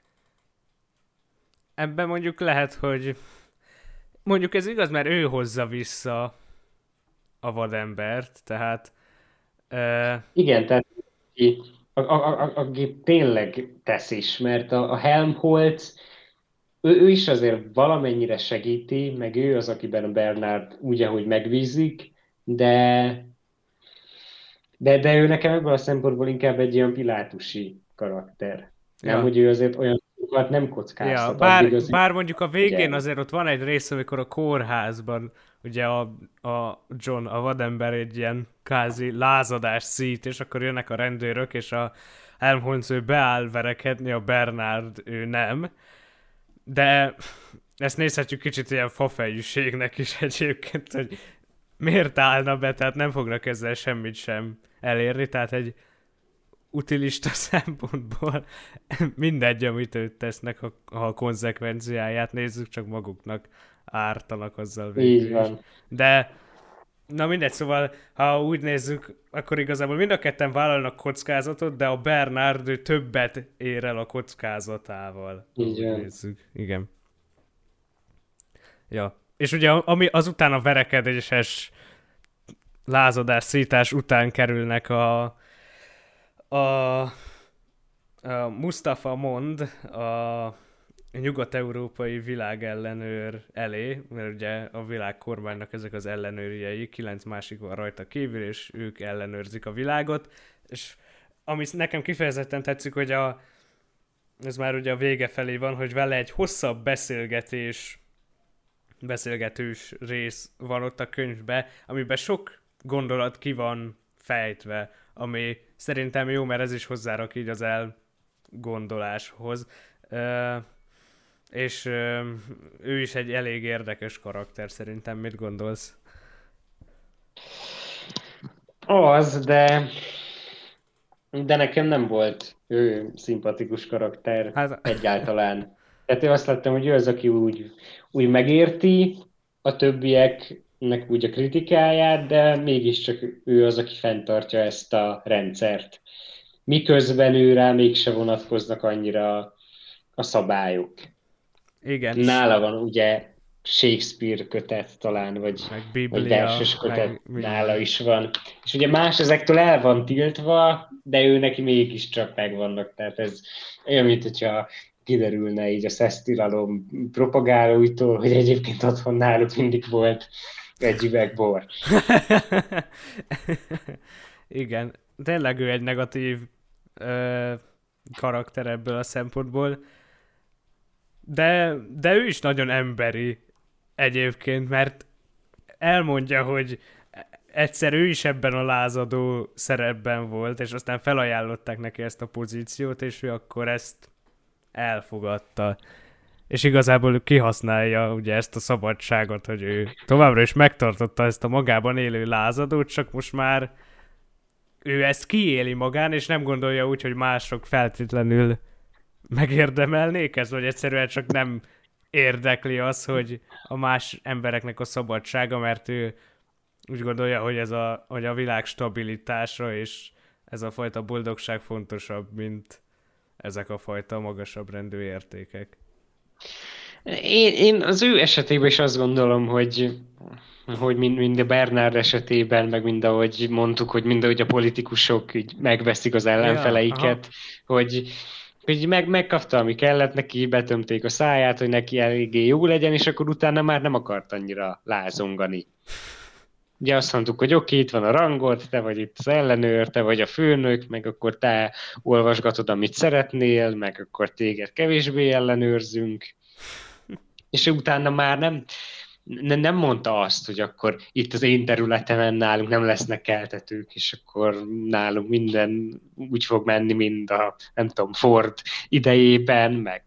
Ebben mondjuk lehet, hogy mondjuk ez igaz, mert ő hozza vissza a vadembert, tehát... Uh... Igen, tehát aki, a, a, a, aki tényleg tesz is, mert a, a Helmholtz ő, ő is azért valamennyire segíti, meg ő az, akiben a Bernard úgy, ahogy megbízik, de, de, de ő nekem ebből a szempontból inkább egy ilyen pilátusi karakter. Nem, Ja, hogy ő azért olyan sokat nem ja, kockáztat, addig bár, azért, bár mondjuk a hogy végén el. azért ott van egy rész, amikor a kórházban ugye a, a John, a vadember egy ilyen kázi lázadás szít, és akkor jönnek a rendőrök, és a Helmholtz ő beáll verekedni, a Bernard ő nem. De ezt nézhetjük kicsit ilyen fafejűségnek is egyébként, hogy miért állna be, tehát nem fognak ezzel semmit sem elérni, tehát egy utilista szempontból mindegy, amit őt tesznek, ha, ha a konzekvenciáját nézzük, csak maguknak ártanak azzal Így végül is. van. De, na mindegy, szóval, ha úgy nézzük, akkor igazából mind a ketten vállalnak kockázatot, de a Bernard ő többet ér el a kockázatával, ha Így úgy van. nézzük. Igen. Ja. És ugye ami azután a verekedéses lázadás, szítás után kerülnek a, a, a Mustafa Mond, a nyugat-európai világellenőr elé, mert ugye a világkormánynak ezek az ellenőrjei, kilenc másik van rajta kívül, és ők ellenőrzik a világot, és ami nekem kifejezetten tetszik, hogy a, ez már ugye a vége felé van, hogy vele egy hosszabb beszélgetés beszélgetős rész van ott a könyvben, amiben sok gondolat ki van fejtve, ami szerintem jó, mert ez is hozzárak így az elgondoláshoz. Ö, és ö, ő is egy elég érdekes karakter szerintem. Mit gondolsz? Az, de, de nekem nem volt ő szimpatikus karakter Hát, egyáltalán. Tehát én azt láttam, hogy ő az, aki úgy, úgy megérti a többieknek úgy a kritikáját, de mégiscsak ő az, aki fenntartja ezt a rendszert. Miközben ő rá mégse vonatkoznak annyira a szabályok. igen, s- Nála van ugye Shakespeare kötet talán, vagy, meg vagy Biblia, verses kötet meg nála minden. is van. És ugye más ezektől el van tiltva, de ő neki mégiscsak megvannak. Tehát ez olyan, mint hogyha kiderülne így a szesztilalom propagálóitól, hogy egyébként otthon náluk mindig volt egy üveg bor. Igen, tényleg ő egy negatív ö, karakter ebből a szempontból, de, de ő is nagyon emberi egyébként, mert elmondja, hogy egyszer ő is ebben a lázadó szerepben volt, és aztán felajánlották neki ezt a pozíciót, és ő akkor ezt elfogadta. És igazából ő kihasználja ugye ezt a szabadságot, hogy ő továbbra is megtartotta ezt a magában élő lázadót, csak most már ő ezt kiéli magán, és nem gondolja úgy, hogy mások feltétlenül megérdemelnék ezt, vagy egyszerűen csak nem érdekli az, hogy a más embereknek a szabadsága, mert ő úgy gondolja, hogy, ez a, hogy a világ stabilitása és ez a fajta boldogság fontosabb, mint ezek a fajta magasabb rendű értékek. Én, én az ő esetében is azt gondolom, hogy, hogy mind, mind a Bernard esetében, meg mind ahogy mondtuk, hogy mind ahogy a politikusok így megveszik az Ja, aha. ellenfeleiket, hogy, hogy meg, megkapta, ami kellett neki, betömték a száját, hogy neki eléggé jó legyen, és akkor utána már nem akart annyira lázongani. Ugye azt mondtuk, hogy oké, itt van a rangod, te vagy itt az ellenőr, te vagy a főnök, meg akkor te olvasgatod, amit szeretnél, meg akkor téged kevésbé ellenőrzünk. És utána már nem, ne- nem mondta azt, hogy akkor itt az én területemen nálunk nem lesznek keltetők, és akkor nálunk minden úgy fog menni, mint a, nem tudom, Ford idejében, meg,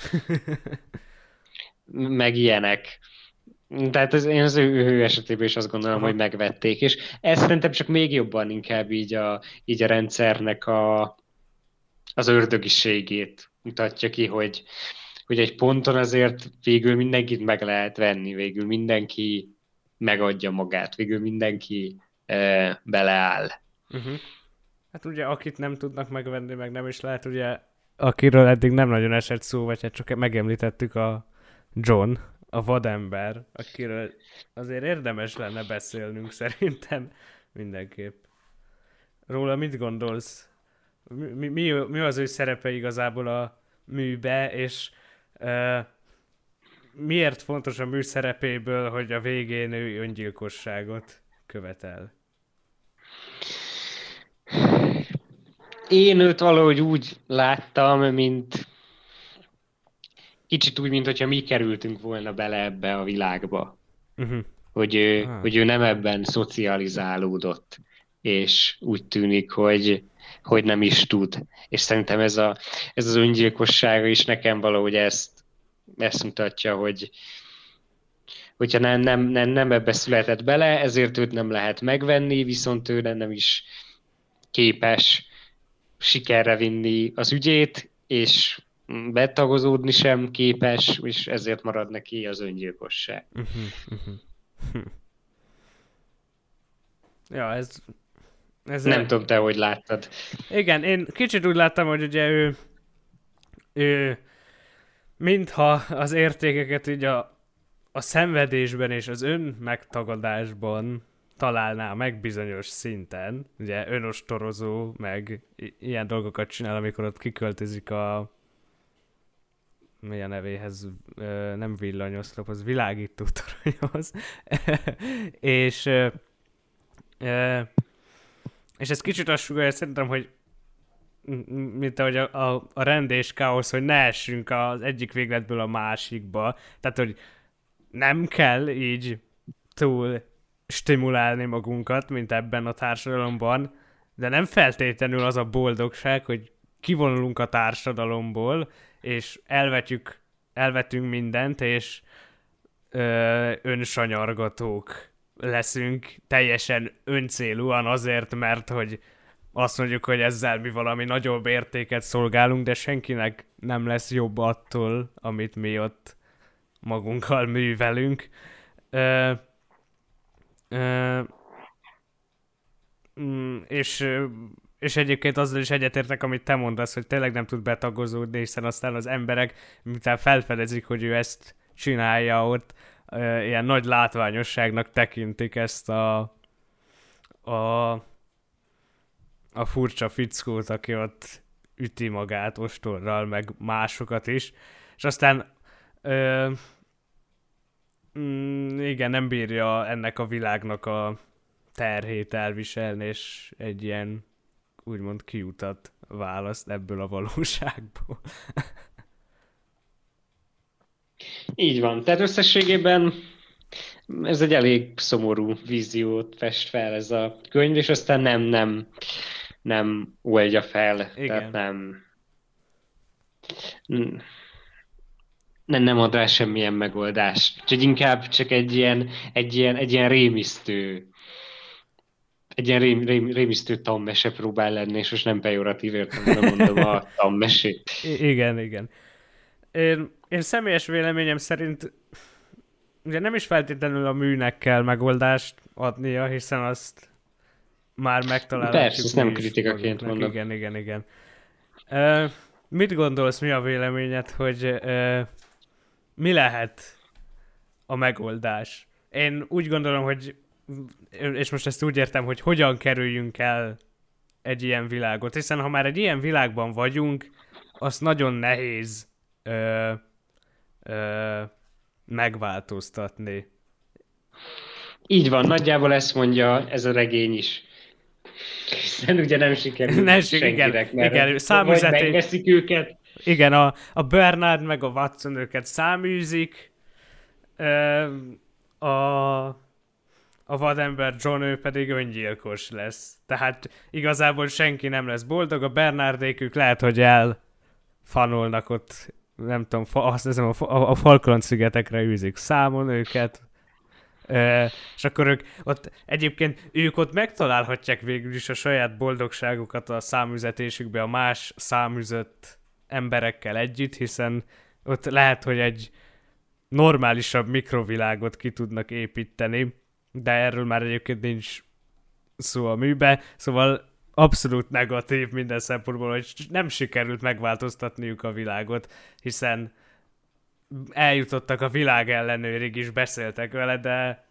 meg ilyenek. Tehát az, én az ő, ő esetében is azt gondolom, hogy Aha. megvették, és ez szerintem csak még jobban inkább így a, így a rendszernek a, az ördögiségét mutatja ki, hogy, hogy egy ponton azért végül mindenkit meg lehet venni, végül mindenki megadja magát, végül mindenki e, beleáll. Uh-huh. Hát ugye, akit nem tudnak megvenni, meg nem is lehet, ugye, akiről eddig nem nagyon esett szó, vagy hát csak megemlítettük a John, a vadember, akiről azért érdemes lenne beszélnünk szerintem mindenképp. Róla mit gondolsz? Mi, mi, mi az ő szerepe igazából a műbe, és uh, miért fontos a mű szerepéből, hogy a végén ő öngyilkosságot követel? Én őt valahogy úgy láttam, mint kicsit úgy, mint hogyha mi kerültünk volna bele ebbe a világba. Uh-huh. Hogy ő, Ah. hogy ő nem ebben szocializálódott, és úgy tűnik, hogy, hogy nem is tud. És szerintem ez, a, ez az öngyilkossága is nekem valahogy ezt, ezt mutatja, hogy hogyha nem, nem, nem, nem ebbe született bele, ezért őt nem lehet megvenni, viszont ő nem is képes sikerre vinni az ügyét, és betagozódni sem képes, és ezért marad neki az öngyilkosság. Uh-huh, uh-huh. Hm. Ja, ez... ez Nem a... tudom, te hogy láttad. Igen, én kicsit úgy láttam, hogy ugye ő, ő mintha az értékeket így a, a szenvedésben és az önmegtagadásban találná meg bizonyos szinten. Ugye önostorozó, meg i- ilyen dolgokat csinál, amikor ott kiköltözik a mi a nevéhez, ö, nem villanyoszlop, az világító toronyhoz. és ö, ö, és ez kicsit azt sugallja szerintem, hogy mint ahogy a, a, a rend és káosz, hogy ne essünk az egyik végletből a másikba. Tehát, hogy nem kell így túl stimulálni magunkat, mint ebben a társadalomban, de nem feltétlenül az a boldogság, hogy kivonulunk a társadalomból, és elvetjük, elvetünk mindent, és ö, önsanyargatók leszünk teljesen öncélúan azért, mert hogy azt mondjuk, hogy ezzel mi valami nagyobb értéket szolgálunk, de senkinek nem lesz jobb attól, amit mi ott magunkkal művelünk. Ö, ö, és, és egyébként azzal is egyetértek, amit te mondasz, hogy tényleg nem tud betagozódni, hiszen aztán az emberek, miután felfedezik, hogy ő ezt csinálja ott, ö, ilyen nagy látványosságnak tekintik ezt a, a a furcsa fickót, aki ott üti magát ostorral, meg másokat is, és aztán ö, mm, igen, nem bírja ennek a világnak a terhét elviselni, és egy ilyen úgymond kiutat választ ebből a valóságból. Így van. Tehát összességében ez egy elég szomorú víziót fest fel ez a könyv, és aztán nem, nem, nem oldja fel. Igen. Tehát nem, nem, nem ad rá semmilyen megoldást. Úgyhogy inkább csak egy ilyen, egy ilyen, egy ilyen rémisztő, egy ilyen rém, rém, rémisztő tanmese próbál lenni, és most nem pejoratív értelemben mondom a tanmesét. I- igen, igen. Én, én személyes véleményem szerint ugye nem is feltétlenül a műnek kell megoldást adnia, hiszen azt már megtalálhatjuk. Persze, ezt nem kritikaként mondom. Igen, igen, igen. Uh, mit gondolsz, mi a véleményed, hogy uh, mi lehet a megoldás? Én úgy gondolom, hogy, és most ezt úgy értem, hogy hogyan kerüljünk el egy ilyen világot, hiszen ha már egy ilyen világban vagyunk, azt nagyon nehéz uh, uh, megváltoztatni. Így van, nagyjából ezt mondja ez a regény is. Hiszen ugye nem sikerül nem, senkinek, igen, mert igen, vagy száműzeték, megveszik őket. igen, a, a Bernard meg a Watson őket száműzik, a, a vadember John ő pedig öngyilkos lesz. Tehát igazából senki nem lesz boldog, a Bernardékük lehet, hogy elfanolnak ott, nem tudom, azt hiszem, a, a, a Falkland-szigetekre űzik számon őket, Uh, és akkor ők ott egyébként ők ott megtalálhatják végül is a saját boldogságukat a számüzetésükbe a más száműzött emberekkel együtt, hiszen ott lehet, hogy egy normálisabb mikrovilágot ki tudnak építeni, de erről már egyébként nincs szó a műbe, szóval abszolút negatív minden szempontból, hogy nem sikerült megváltoztatniuk a világot, hiszen eljutottak a világ ellenőrig is, beszéltek vele, de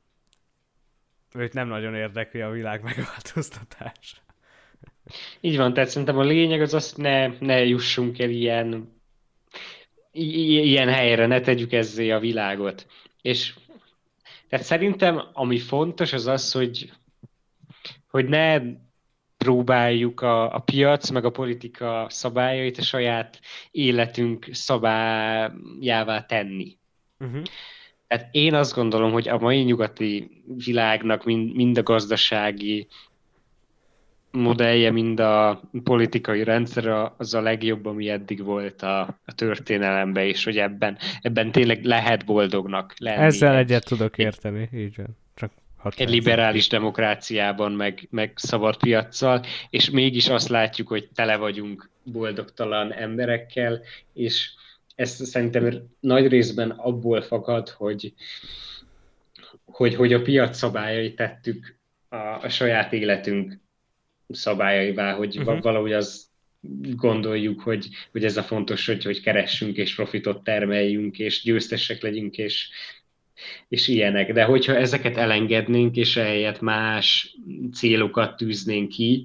őt nem nagyon érdekli a világ megváltoztatása. Így van, tehát szerintem a lényeg az az, hogy ne, ne jussunk el ilyen i- ilyen helyre, ne tegyük ezzé a világot. És tehát szerintem, ami fontos, az az, hogy, hogy ne próbáljuk a, a piac meg a politika szabályait a saját életünk szabályává tenni. Uh-huh. Tehát én azt gondolom, hogy a mai nyugati világnak mind, mind a gazdasági modellje, mind a politikai rendszer az a legjobb, ami eddig volt a, a történelemben, és hogy ebben, ebben tényleg lehet boldognak lenni. Ezzel egy, egyet tudok egy, érteni, így van. Csak egy liberális demokráciában, meg, meg szabad piaccal, és mégis azt látjuk, hogy tele vagyunk boldogtalan emberekkel, és ez szerintem nagy részben abból fakad, hogy, hogy, hogy a piac szabályait tettük a, a saját életünk szabályaivá, hogy uh-huh. valahogy az gondoljuk, hogy, hogy ez a fontos, hogy, hogy keressünk és profitot termeljünk, és győztesek legyünk, és, és ilyenek. De hogyha ezeket elengednénk, és ehelyett más célokat tűznénk ki,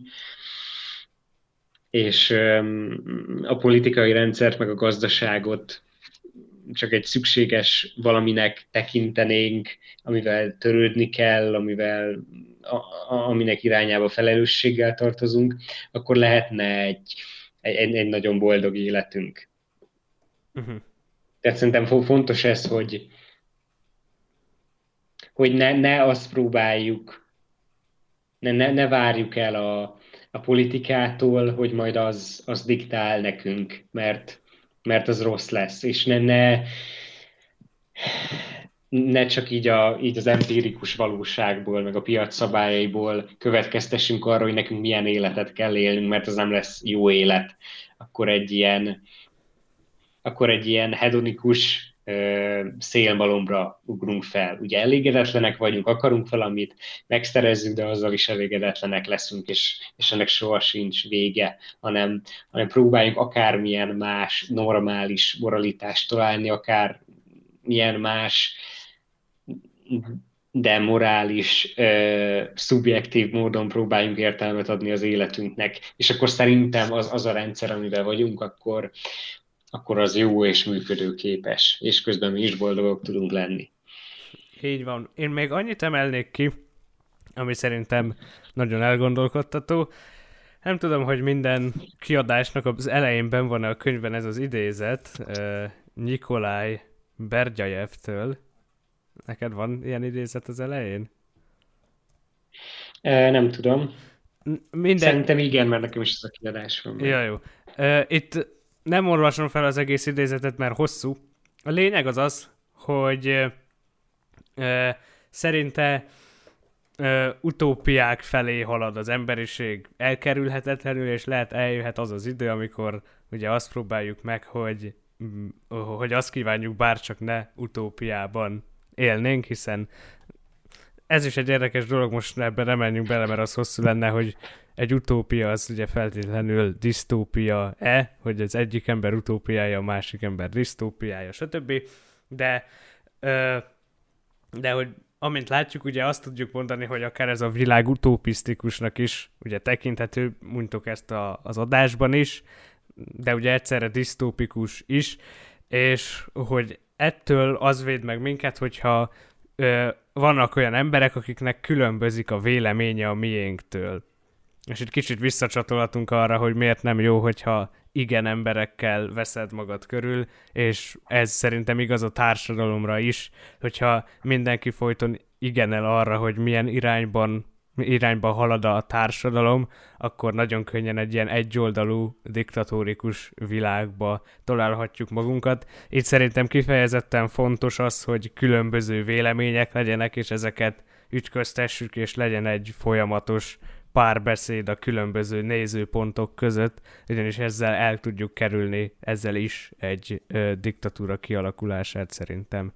és a politikai rendszert, meg a gazdaságot csak egy szükséges valaminek tekintenénk, amivel törődni kell, amivel, a, a, aminek irányába felelősséggel tartozunk, akkor lehetne egy, egy, egy nagyon boldog életünk. Uh-huh. Tehát szerintem fontos ez, hogy, hogy ne, ne azt próbáljuk, ne, ne, ne várjuk el a, a politikától, hogy majd az, az diktál nekünk, mert mert az rossz lesz, és ne, ne, ne csak így, a, így az empirikus valóságból, meg a piac szabályaiból következtessünk arra, hogy nekünk milyen életet kell élnünk, mert az nem lesz jó élet. Akkor egy ilyen, akkor egy ilyen hedonikus ö, szélmalomra ugrunk fel. Ugye elégedetlenek vagyunk, akarunk valamit, megszerezzük, de azzal is elégedetlenek leszünk, és, és ennek soha sincs vége, hanem, hanem próbáljunk akármilyen más normális moralitást találni, akár milyen más de morális, ö, szubjektív módon próbáljunk értelmet adni az életünknek. És akkor szerintem az, az a rendszer, amiben vagyunk, akkor akkor az jó és működőképes, és közben mi is boldogok tudunk lenni. Így van. Én még annyit emelnék ki, ami szerintem nagyon elgondolkodtató. Nem tudom, hogy minden kiadásnak az elején benn van a könyvben ez az idézet uh, Nyikolaj Bergyajevtől. Neked van ilyen idézet az elején? E, nem tudom. Minden... Szerintem igen, mert nekem is ez a kiadás van. Ja, jó. Uh, itt nem olvasom fel az egész idézetet, mert hosszú. A lényeg az az, hogy ö, ö, szerinte ö, utópiák felé halad az emberiség elkerülhetetlenül, és lehet eljöhet az az idő, amikor ugye azt próbáljuk meg, hogy, hogy azt kívánjuk, bárcsak ne utópiában élnénk, hiszen ez is egy érdekes dolog, most ebben nem menjünk bele, mert az hosszú lenne, hogy egy utópia az ugye feltétlenül disztópia-e, hogy az egyik ember utópiája, a másik ember disztópiája, stb. De, ö, de hogy amint látjuk, ugye azt tudjuk mondani, hogy akár ez a világ utopisztikusnak is ugye tekinthető, mondtuk ezt a, az adásban is, de ugye egyszerre disztópikus is, és hogy ettől az véd meg minket, hogyha ö, vannak olyan emberek, akiknek különbözik a véleménye a miénktől. És itt kicsit visszacsatolhatunk arra, hogy miért nem jó, hogyha igen emberekkel veszed magad körül, és ez szerintem igaz a társadalomra is, hogyha mindenki folyton igenel arra, hogy milyen irányban, irányban halad a társadalom, akkor nagyon könnyen egy ilyen egyoldalú, diktatórikus világba találhatjuk magunkat. Itt szerintem kifejezetten fontos az, hogy különböző vélemények legyenek, és ezeket ütköztessük, és legyen egy folyamatos párbeszéd a különböző nézőpontok között, ugyanis ezzel el tudjuk kerülni, ezzel is egy ö, diktatúra kialakulását szerintem.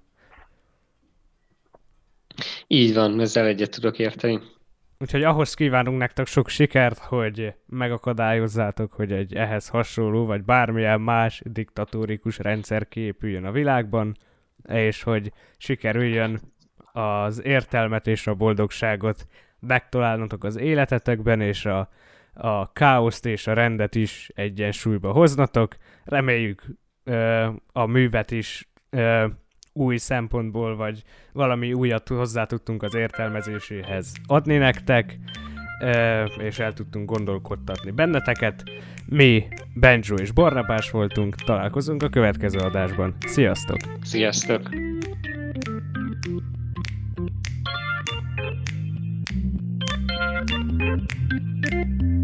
Így van, ezzel egyet tudok érteni. Úgyhogy ahhoz kívánunk nektek sok sikert, hogy megakadályozzátok, hogy egy ehhez hasonló, vagy bármilyen más diktatórikus rendszer kiépüljön a világban, és hogy sikerüljön az értelmet és a boldogságot megtalálnotok az életetekben, és a, a káoszt és a rendet is egyensúlyba hoznatok. Reméljük ö, a művet is ö, új szempontból, vagy valami újat hozzá tudtunk az értelmezéséhez adni nektek, ö, és el tudtunk gondolkodtatni benneteket. Mi Benjo és Barnabás voltunk, találkozunk a következő adásban. Sziasztok! Sziasztok! Thank you.